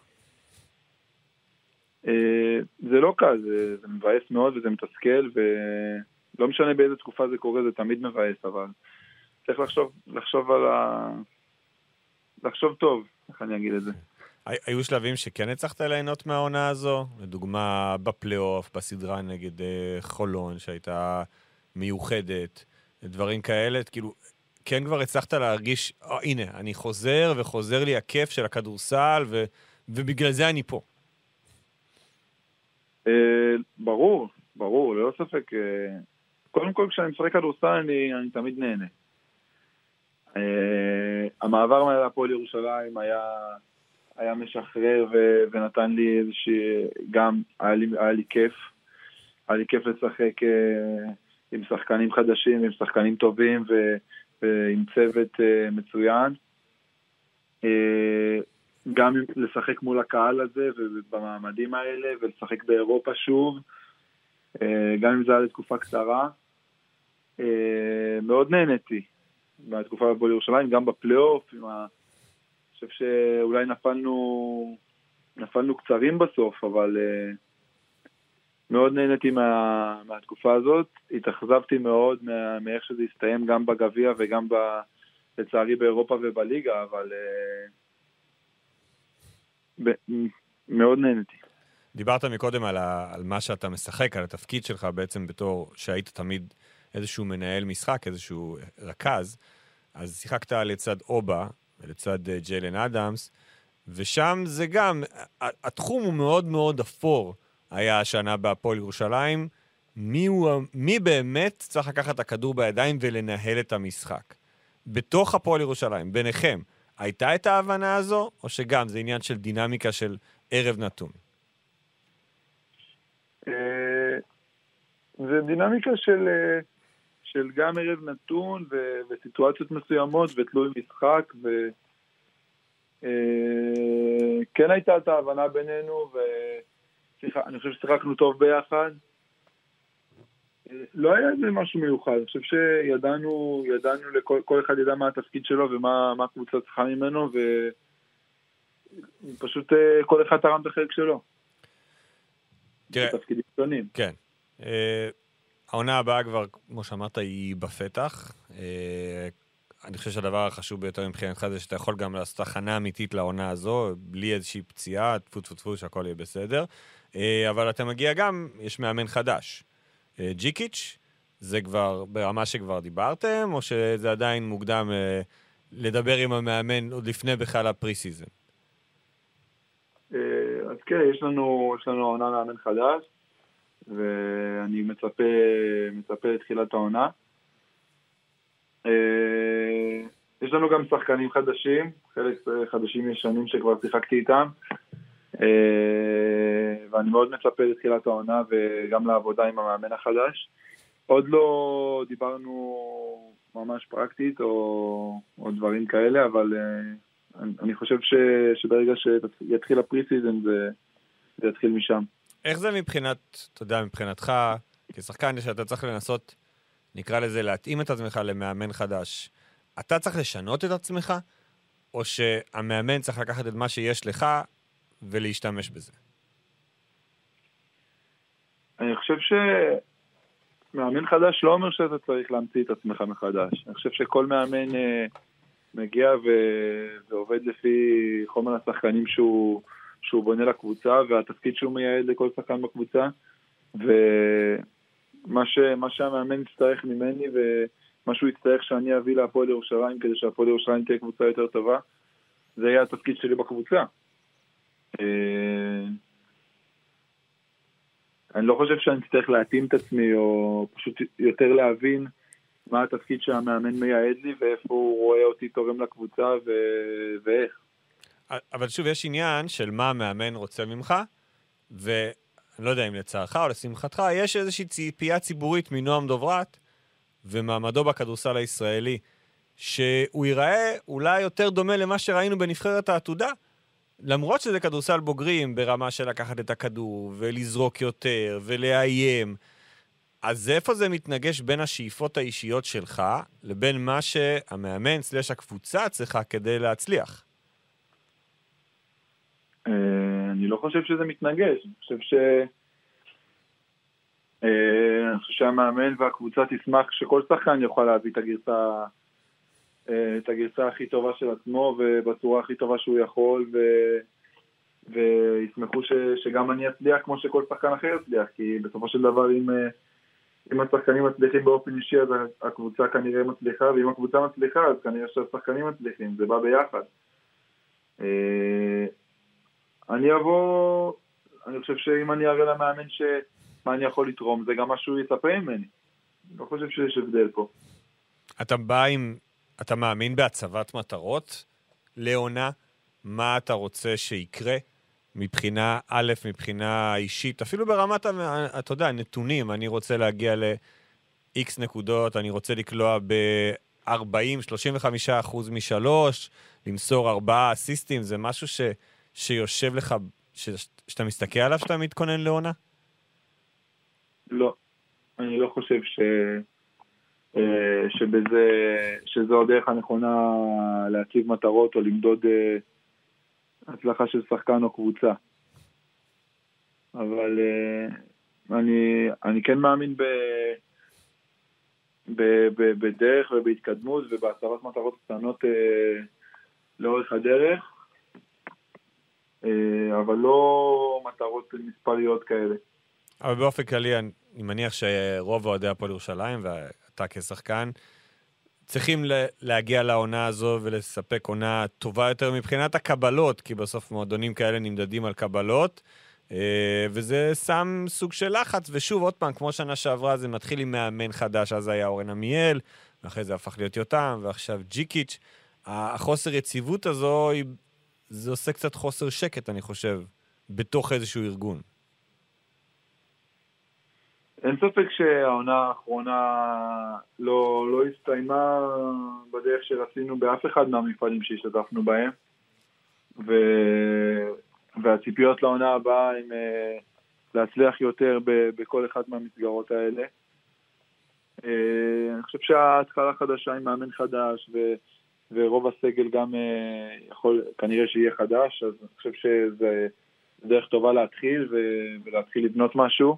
זה לא קל, זה מבאס מאוד וזה מתסכל, ולא משנה באיזה תקופה זה קורה, זה תמיד מבאס, אבל צריך לחשוב טוב, איך אני אגיד את זה. היו שלבים שכן הצלחת ליהנות מהעונה הזו? לדוגמה, בפלייאוף, בסדרה נגד חולון, שהייתה מיוחדת, דברים כאלה, כאילו, כן כבר הצלחת להרגיש, הנה, אני חוזר וחוזר לי הכיף של הכדורסל, ובגלל זה אני פה. ברור, ללא ספק. קודם כל, כשאני משחק כדורסל, אני תמיד נהנה. המעבר מהפועל ירושלים היה משחרר ונתן לי איזושהי, גם היה לי כיף. היה לי כיף לשחק עם שחקנים חדשים, עם שחקנים טובים ועם צוות מצוין. גם לשחק מול הקהל הזה ובמעמדים האלה, ולשחק באירופה שוב, גם אם זה היה לתקופה קצרה. מאוד נהניתי בתקופה בהפועל ירושלים, גם בפלייאוף, חושב שאולי נפלנו קצרים בסוף, אבל מאוד נהניתי מהתקופה הזאת. התאכזבתי מאוד מאיך שזה הסתיים גם בגביע וגם לצערי באירופה ובליגה, אבל מאוד נהניתי. דיברת מקודם על מה שאתה משחק, על התפקיד שלך בעצם בתור שהיית תמיד איזשהו מנהל משחק, איזשהו רכז, אז שיחקת לצד אובה ולצד ג'יילן אדמס, ושם זה גם, התחום הוא מאוד מאוד אפור היה השנה בהפועל ירושלים, מי באמת צריך לקחת את הכדור בידיים ולנהל את המשחק? בתוך הפועל ירושלים, ביניכם, הייתה את ההבנה הזו, או שגם זה עניין של דינמיקה של ערב נתון? זה דינמיקה של גם ערב נתון וסיטואציות מסוימות ותלוי משחק, כן הייתה את ההבנה בינינו, אני חושב ששיחקנו טוב ביחד. לא היה איזה משהו מיוחד, אני חושב שידענו, כל אחד ידע מה התפקיד שלו ומה הקבוצה צריכה ממנו, ופשוט כל אחד תרם את החלק שלו. תפקידים שונים. כן. העונה הבאה כבר, כמו שאמרת, היא בפתח. אני חושב שהדבר החשוב ביותר מבחינתך זה שאתה יכול גם לעשות הכנה אמיתית לעונה הזו, בלי איזושהי פציעה, טפו, שהכל יהיה בסדר. אבל אתה מגיע גם, יש מאמן חדש. ג'יקיץ', זה כבר ברמה שכבר דיברתם, או שזה עדיין מוקדם לדבר עם המאמן עוד לפני בכלל הפרי-סיזן? אז כן, יש לנו עונה מאמן חדש, ואני מצפה לתחילת העונה. יש לנו גם שחקנים חדשים, חלק חדשים ישנים שכבר שיחקתי איתם, ואני מאוד מצפה לתחילת העונה וגם לעבודה עם המאמן החדש. עוד לא דיברנו ממש פרקטית או דברים כאלה, אבל אני חושב שברגע שיתחיל הפרי-סיזן זה יתחיל משם. איך זה מבחינתך, כשחקן שאתה צריך לנסות, נקרא לזה, להתאים את עצמך למאמן חדש, אתה צריך לשנות את עצמך, או שהמאמן צריך לקחת את מה שיש לך ולהשתמש בזה? אני חושב שמאמן חדש לא אומר שאתה צריך להמציא את עצמך מחדש. אני חושב שכל מאמן מגיע ועובד לפי חומר השחקנים שהוא בונה לקבוצה, והתפקיד שהוא מייעד לכל שחקן בקבוצה, ומה שהמאמן יצטרך ממני, ומה שהוא יצטרך שאני אביא להפועל ירושלים, כדי שהפועל ירושלים תהיה קבוצה יותר טובה, זה יהיה התפקיד שלי בקבוצה. אני לא חושב שאני צריך להתאים את עצמי, או פשוט יותר להבין מה התפקיד שהמאמן מייעד לי, ואיפה הוא רואה אותי תורם לקבוצה, ואיך. אבל שוב, יש עניין של מה המאמן רוצה ממך, ואני לא יודע אם לצערך או לשמחתך, יש איזושהי ציפייה ציבורית מנועם דוברת, ומעמדו בכדורסל הישראלי, שהוא ייראה אולי יותר דומה למה שראינו בנבחרת העתודה, למרות שזה כדורסל בוגרים ברמה של לקחת את הכדור, ולזרוק יותר, ולאיים. אז איפה זה מתנגש בין השאיפות האישיות שלך, לבין מה שהמאמן סלש הקבוצה צריכה כדי להצליח? אני לא חושב שזה מתנגש. אני חושב שהמאמן והקבוצה תשמח שכל שחקן יוכל להביא את הגרסה הכי טובה של עצמו, ובצורה הכי טובה שהוא יכול, וישמחו שגם אני אצליח כמו שכל שחקן אחר יצליח, כי בסופו של דבר אם השחקנים מצליחים באופן אישי, אז הקבוצה כנראה מצליחה, ואם הקבוצה מצליחה, אז כנראה שהשחקנים מצליחים, זה בא ביחד. אני חושב שאם אני אראה למאמן מה אני יכול לתרום, זה גם משהו יצפה ממני. אני לא חושב שיש הבדל פה. אתה מאמין בהצבת מטרות לעונה? מה אתה רוצה שיקרה? מבחינה א', מבחינה אישית, אפילו ברמת, אתה יודע, נתונים, אני רוצה להגיע ל-X נקודות, אני רוצה לקלוע ב-40-35% משלוש, למסור 4 אסיסטים, זה משהו שיושב לך, שאתה מסתכל עליו, שאתה מתכונן לעונה? לא, אני לא חושב שזו הדרך הנכונה להציב מטרות או למדוד הצלחה של שחקן או קבוצה. אבל אני כן מאמין בדרך ובהתקדמות ובהצבת מטרות קטנות לאורך הדרך, אבל לא מטרות מספריות כאלה. אבל באופן כללי, אני מניח שרוב אוהדי הפועל ירושלים, ואתה כשחקן, צריכים להגיע לעונה הזו ולספק עונה טובה יותר מבחינת הקבלות, כי בסוף מועדונים כאלה נמדדים על קבלות, וזה שם סוג של לחץ, ושוב, עוד פעם, כמו שנה שעברה, זה מתחיל עם מאמן חדש, אז היה אורן עמיאל, ואחרי זה הפך להיות יותם, ועכשיו ג'יקיץ'. החוסר יציבות הזו, זה עושה קצת חוסר שקט, אני חושב, בתוך איזשהו ארגון. אין ספק שהעונה האחרונה לא הסתיימה בדרך שרצינו באף אחד מהמפעלים שהשתתפנו בהם, והציפיות לעונה הבאה הם להצליח יותר בכל אחד מהמסגרות האלה. אני חושב שההתחלה חדשה עם מאמן חדש, ורוב הסגל גם יכול, כנראה שיהיה חדש, אז אני חושב שזה דרך טובה להתחיל ולהתחיל לבנות משהו.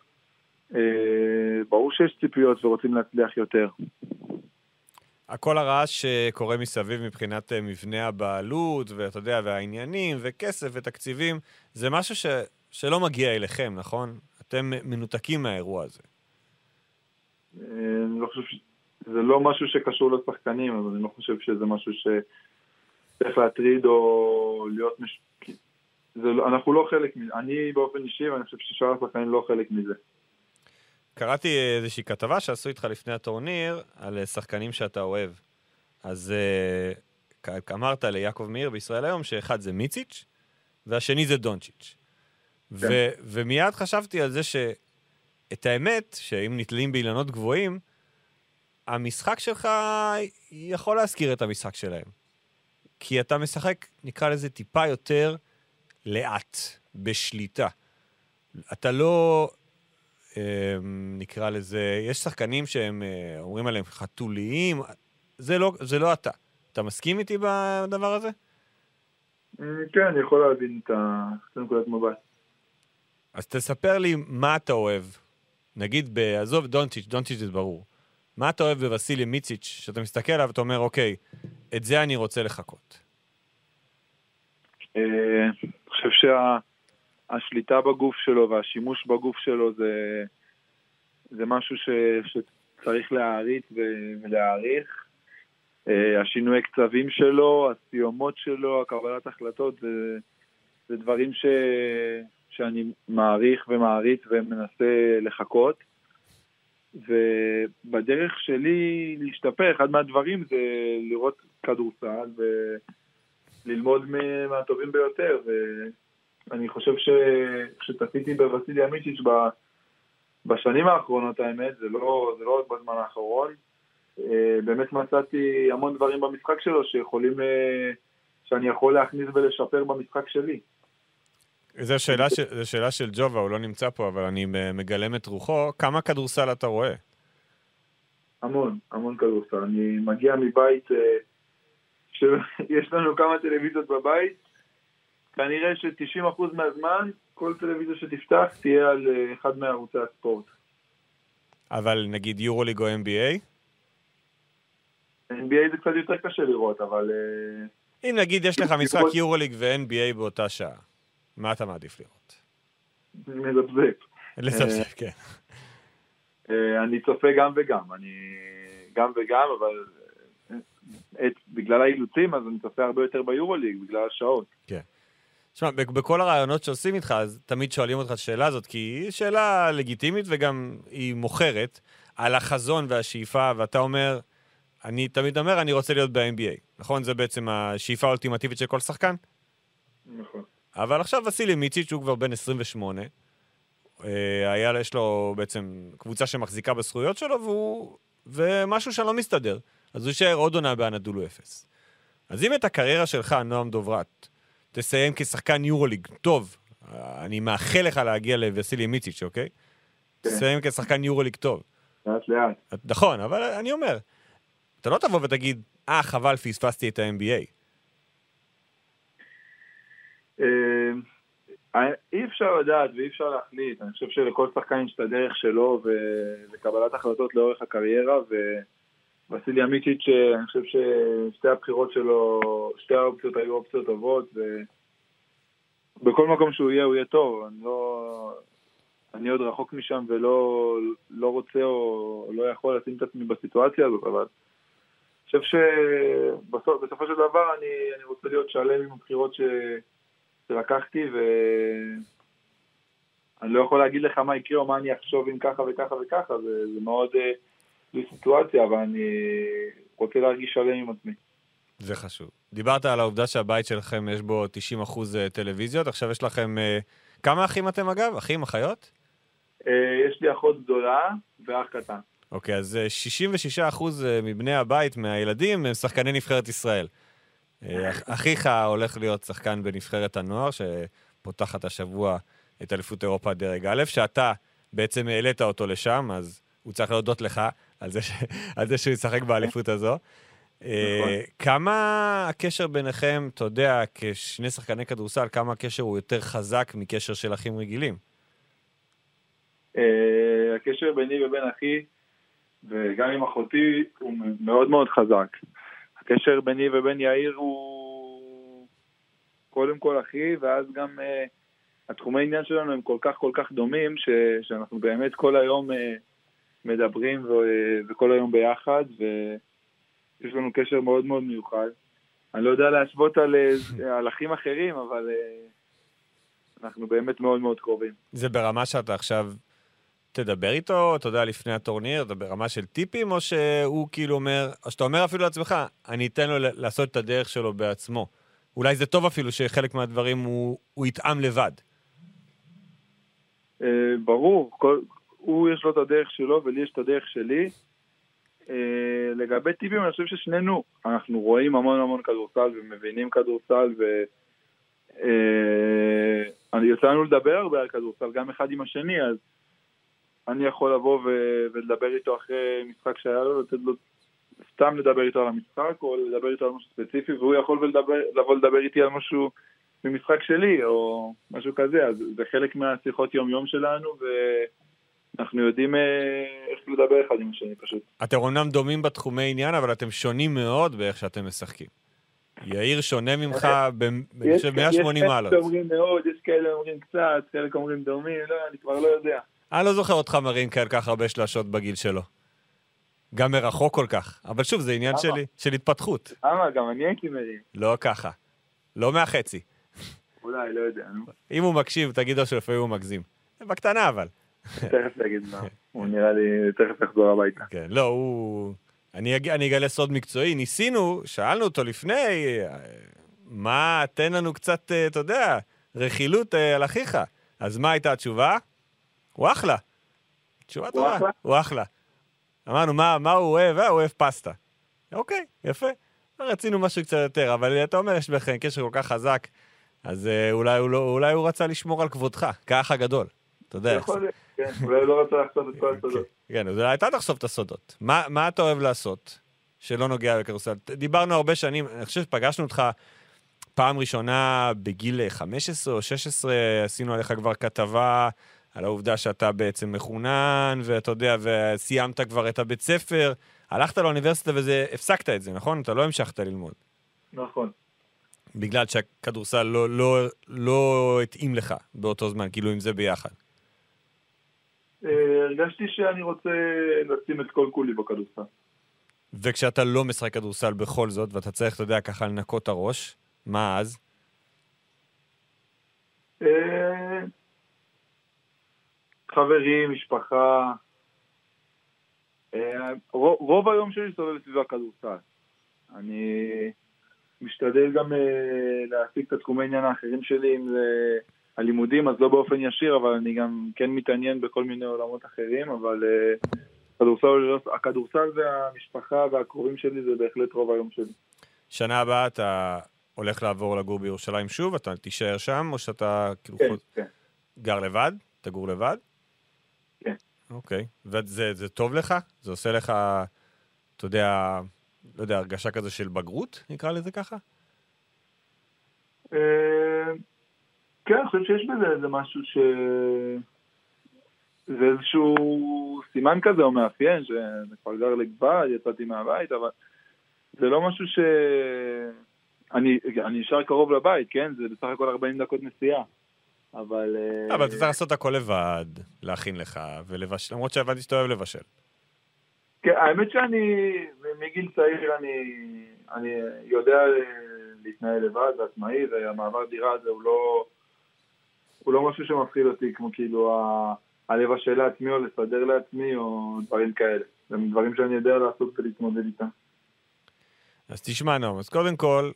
ברור שיש ציפיות ורוצים להצליח יותר. הכל הרעש שקורה מסביב מבחינת מבנה הבעלות, ואתה יודע, והעניינים, וכסף ותקציבים, זה משהו שלא מגיע אליכם, נכון? אתם מנותקים מהאירוע הזה. אני לא חושב זה לא משהו שקשור לשחקנים, אבל אני לא חושב שזה משהו שצריך להטריד או להיות אנחנו לא חלק מזה. אני באופן אישי, ואני חושב ששאר השחקנים לא חלק מזה. קראתי איזושהי כתבה שעשו איתך לפני הטורניר על שחקנים שאתה אוהב. אז אמרת ליעקב מאיר בישראל היום שאחד זה מיציץ' והשני זה דונצ'יץ'. ומיד חשבתי על זה שאת האמת, שאם נתלים באילנות גבוהים, המשחק שלך יכול להזכיר את המשחק שלהם. כי אתה משחק, נקרא לזה טיפה יותר לאט, בשליטה. אתה לא... נקרא לזה, יש שחקנים שהם אומרים עליהם חתוליים, זה לא אתה. אתה מסכים איתי בדבר הזה? כן, אני יכול להבין את נקודת מבט. אז תספר לי מה אתה אוהב. נגיד, בעזוב דונצ'יץ' זה ברור. מה אתה אוהב בווסילי מיציץ', שאתה מסתכל עליו ואתה אומר, אוקיי, את זה אני רוצה לחכות. אני חושב השליטה בגוף שלו והשימוש בגוף שלו זה משהו שצריך להעריץ ולהעריך. השינוי קצבים שלו, הסיומות שלו, הקבלת החלטות, זה דברים שאני מעריך ומעריץ ומנסה לחכות. ובדרך שלי להשתפר, אחד מהדברים זה לראות כדורסל וללמוד מהטובים ביותר. אני חושב שצפיתי בווסילי מיציץ' בשנים האחרונות, האמת, זה לא רק בזמן האחרון. באמת מצאתי המון דברים במשחק שלו שאני יכול להכניס ולשפר במשחק שלי. זו שאלה של ג'ובה, הוא לא נמצא פה, אבל אני מגלם את רוחו. כמה כדורסל אתה רואה? המון כדורסל. אני מגיע מבית שיש לנו כמה טלוויזיות בבית, כנראה ש90% מהזמן, כל טלוויזיה שתפתח תהיה על אחד מערוצי הספורט. אבל נגיד יורוליג או NBA? NBA זה קצת יותר קשה לראות, אבל... אם נגיד יש לך משחק יורוליג ו-NBA באותה שעה, מה אתה מעדיף לראות? לזפזפ, כן. אני צופה גם וגם. גם וגם, אבל בגלל האילוצים, אז אני צופה הרבה יותר ביורוליג, בגלל השעות. כן. תשמע, בכל הרעיונות שעושים איתך, אז תמיד שואלים אותך את השאלה הזאת, כי היא שאלה לגיטימית וגם היא מוכרת על החזון והשאיפה, ואתה אומר, אני תמיד אומר, אני רוצה להיות ב-NBA. נכון? זה בעצם השאיפה האולטימטיבית של כל שחקן? נכון. אבל עכשיו וסילי מיציץ' הוא כבר בן 28, יש לו בעצם קבוצה שמחזיקה בזכויות שלו, ומשהו שלא מסתדר. אז הוא יישאר עוד עונה באנדולו 0. אז אם את הקריירה שלך, נועם דוברת, תסיים כשחקן יורוליג, טוב, אני מאחל לך להגיע לוסילי מיציץ', אוקיי? תסיים כשחקן יורוליג טוב. לאט. נכון, אבל אני אומר, אתה לא תבוא ותגיד, חבל, פספסתי את ה-NBA. אי אפשר לדעת ואי אפשר להחליט. אני חושב שלכל שחקן יש את הדרך שלו וקבלת החלטות לאורך הקריירה, וואסילי מיצ'יץ', אני חושב ששתי הבחירות שלו, שתי האופציות היו אופציות טובות, ובכל מקום שהוא יהיה, הוא יהיה טוב. אני עוד רחוק משם ולא רוצה או לא יכול לשים את עצמי בסיטואציה הזאת, אבל אני חושב שבסופו של דבר אני רוצה להיות שלם עם הבחירות שלקחתי, ואני לא יכול להגיד לך מה יקרה או מה אני אחשוב אם ככה וככה וככה, זה מאוד לי סיטואציה, אבל אני רוצה להרגיש שלם עם עצמי. זה חשוב. דיברת על העובדה שהבית שלכם יש בו 90% טלוויזיות, עכשיו יש לכם, כמה אחים אתם אגב? אחים, אחיות? יש לי אחות גדולה ואח קטן. אוקיי, אז 66% מבני הבית, מהילדים, הם שחקני נבחרת ישראל. אחיך הולך להיות שחקן בנבחרת הנוער, שפותחת השבוע את אליפות אירופה דרג א', שאתה בעצם העלית אותו לשם, אז הוא צריך להודות לך על זה שהוא ישחק באליפות הזו. כמה הקשר ביניכם, אתה יודע, כשני שחקני כדורסל, כמה הקשר הוא יותר חזק מקשר של אחים רגילים? הקשר ביני ובין אחי, וגם עם אחותי, הוא מאוד מאוד חזק. הקשר ביני ובין יאיר הוא קודם כל אחי, ואז גם התחומי העניין שלנו הם כל כך דומים, שאנחנו באמת כל היום מדברים וכל היום ביחד, ויש לנו קשר מאוד מאוד מיוחד. אני לא יודע להשוות על אחים אחרים, אבל אנחנו באמת מאוד מאוד קרובים. זה ברמה שאתה עכשיו תדבר איתו, אתה יודע, לפני הטורניר, אתה ברמה של טיפים, או שהוא כאילו אומר, או שאתה אומר אפילו לעצמך, אני אתן לו לעשות את הדרך שלו בעצמו. אולי זה טוב אפילו שחלק מהדברים הוא יתאם לבד. ברור, הוא יש לו את הדרך שלו ולי יש את הדרך שלי. לגבי טיפים, אני חושב ששנינו, אנחנו רואים המון כדורסל ומבינים כדורסל, יצאנו לדבר הרבה על כדורסל, גם אחד עם השני, אז אני יכול לבוא ולדבר איתו אחרי משחק שהיה לו, לתת לו סתם לדבר איתו על המשחק, או לדבר איתו על משהו ספציפי, והוא יכול לבוא לדבר איתי על משהו במשחק שלי, או משהו כזה. אז זה חלק מהשיחות יום שלנו, ואנחנו יודעים איך לדבר אחד עם השני פשוט. אתם אומנם דומים בתחומי עניין, אבל אתם שונים מאוד באיך שאתם משחקים. יאיר שונה ממך ב-180 מעלות. יש כאלה אומרים מאוד, יש כאלה אומרים קצת, כאלה אומרים דומים, לא, אני כבר לא יודע. אני לא זוכר אותך מרים כאלה כך הרבה שלשות בגיל שלו. גם מרחוק כל כך. אבל שוב, זה עניין של התפתחות. גם אני הייתי מרים. לא ככה. לא מהחצי. אולי, לא יודע. אם הוא מקשיב, תגיד לו שלפעמים הוא מגזים. בקטנה אבל. תכף תגיד מה. הוא נראה לי תכף יחזור הביתה. כן, לא, הוא... אני אגלה סוד מקצועי. ניסינו, שאלנו אותו לפני, מה, תן לנו קצת, אתה יודע, רכילות על אחיך. אז מה הייתה התשובה? הוא אחלה. תשובה טובה. הוא אחלה. אמרנו, מה הוא אוהב? הוא אוהב פסטה. אוקיי, יפה. רצינו משהו קצת יותר, אבל אתה אומר, יש בכם קשר כל כך חזק, אז אולי הוא רצה לשמור על כבודך, כאח הגדול. אתה יודע. יכול להיות, כן. אולי לא רצה לחשוף את כל הסודות. כן, אז אולי אתה תחשוף את הסודות. מה אתה אוהב לעשות שלא נוגע בכדורסל? דיברנו הרבה שנים, אני חושב שפגשנו אותך פעם ראשונה בגיל 15 או 16, עשינו עליך כבר כתבה על העובדה שאתה בעצם מחונן, ואתה יודע, וסיימת כבר את הבית ספר, הלכת לאוניברסיטה והפסקת את זה, נכון? אתה לא המשכת ללמוד. נכון. בגלל שהכדורסל לא התאים לך באותו זמן, כאילו עם זה ביחד. הרגשתי שאני רוצה לשים את כל כולי בכדורסל. וכשאתה לא משחק כדורסל בכל זאת, ואתה צריך, אתה יודע, ככה לנקות הראש, מה אז? חברים, משפחה. רוב היום שלי סובל סביב הכדורסל. אני משתדל גם להשיג את התחומי העניין האחרים שלי, אם זה הלימודים, אז לא באופן ישיר, אבל אני גם כן מתעניין בכל מיני עולמות אחרים, אבל הכדורסל והמשפחה והקרובים שלי זה בהחלט רוב היום שלי. שנה הבאה אתה הולך לעבור לגור בירושלים שוב? אתה תישאר שם, או שאתה כן. גר לבד? תגור לבד? כן. אוקיי. וזה טוב לך? זה עושה לך, אתה יודע, לא יודע, הרגשה כזו של בגרות, נקרא לזה ככה? כן, אני חושב שיש בזה איזה משהו זה איזשהו סימן כזה או מאפיין, שאני כבר גר לגבד, יצאתי מהבית, אבל זה לא משהו אני נשאר קרוב לבית, כן? זה בסך הכל 40 דקות נסיעה. אבל אתה צריך לעשות הכל לבד, להכין לך, ולבשל, למרות שהבנתי שאתה אוהב לבשל. כן, האמת שאני, מגיל צעיר אני יודע להתנהל לבד, עצמאי, והמעבר דירה הזה הוא לא משהו שמפחיד אותי, כמו כאילו הלבשל לעצמי או לסדר לעצמי או דברים כאלה. זה דברים שאני יודע לעשות ולהתמודד איתם. אז תשמע נועם, אז קודם כל,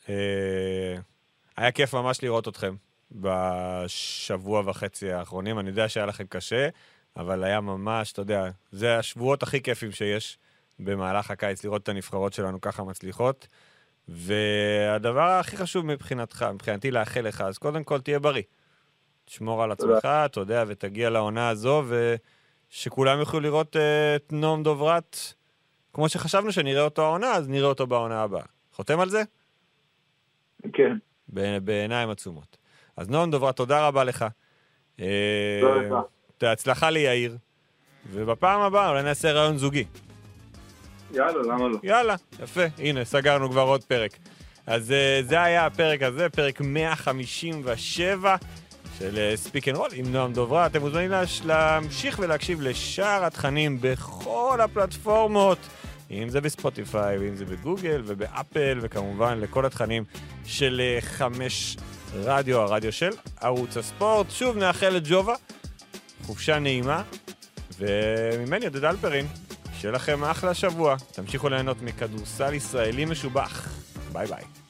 היה כיף ממש לראות אתכם בשבוע וחצי האחרונים. אני יודע שהיה לכם קשה, אבל היה ממש, אתה יודע, זה השבועות הכי כיפים שיש במהלך הקיץ, לראות את הנבחרות שלנו ככה מצליחות. והדבר הכי חשוב מבחינתי לאחל לך, אז קודם כל תהיה בריא. תשמור על עצמך, אתה יודע, ותגיע לעונה הזו, ושכולם יוכלו לראות את נועם דוברת, כמו שחשבנו שנראה אותו העונה, אז נראה אותו בעונה הבאה. חותם על זה? כן. בעיניים עצומות. אז נועם דוברת, תודה רבה לך. תודה לך. הצלחה לי יאיר. ובפעם הבאה אולי נעשה רעיון זוגי. יאללה, למה לא? יאללה, יפה. הנה, סגרנו כבר עוד פרק. אז זה היה הפרק הזה, פרק 157 של ספיק אנד רול עם נועם דוברת. אתם מוזמנים להמשיך ולהקשיב לשאר התכנים בכל הפלטפורמות, אם זה בספוטיפיי, ואם זה בגוגל ובאפל, וכמובן לכל התכנים של 5 רדיו, הרדיו של ערוץ הספורט. שוב נאחל לג'ובה חופשה נעימה, וממני עודד אלפרין, שיהיה לכם אחלה שבוע. תמשיכו ליהנות מכדורסל ישראלי משובח. ביי ביי.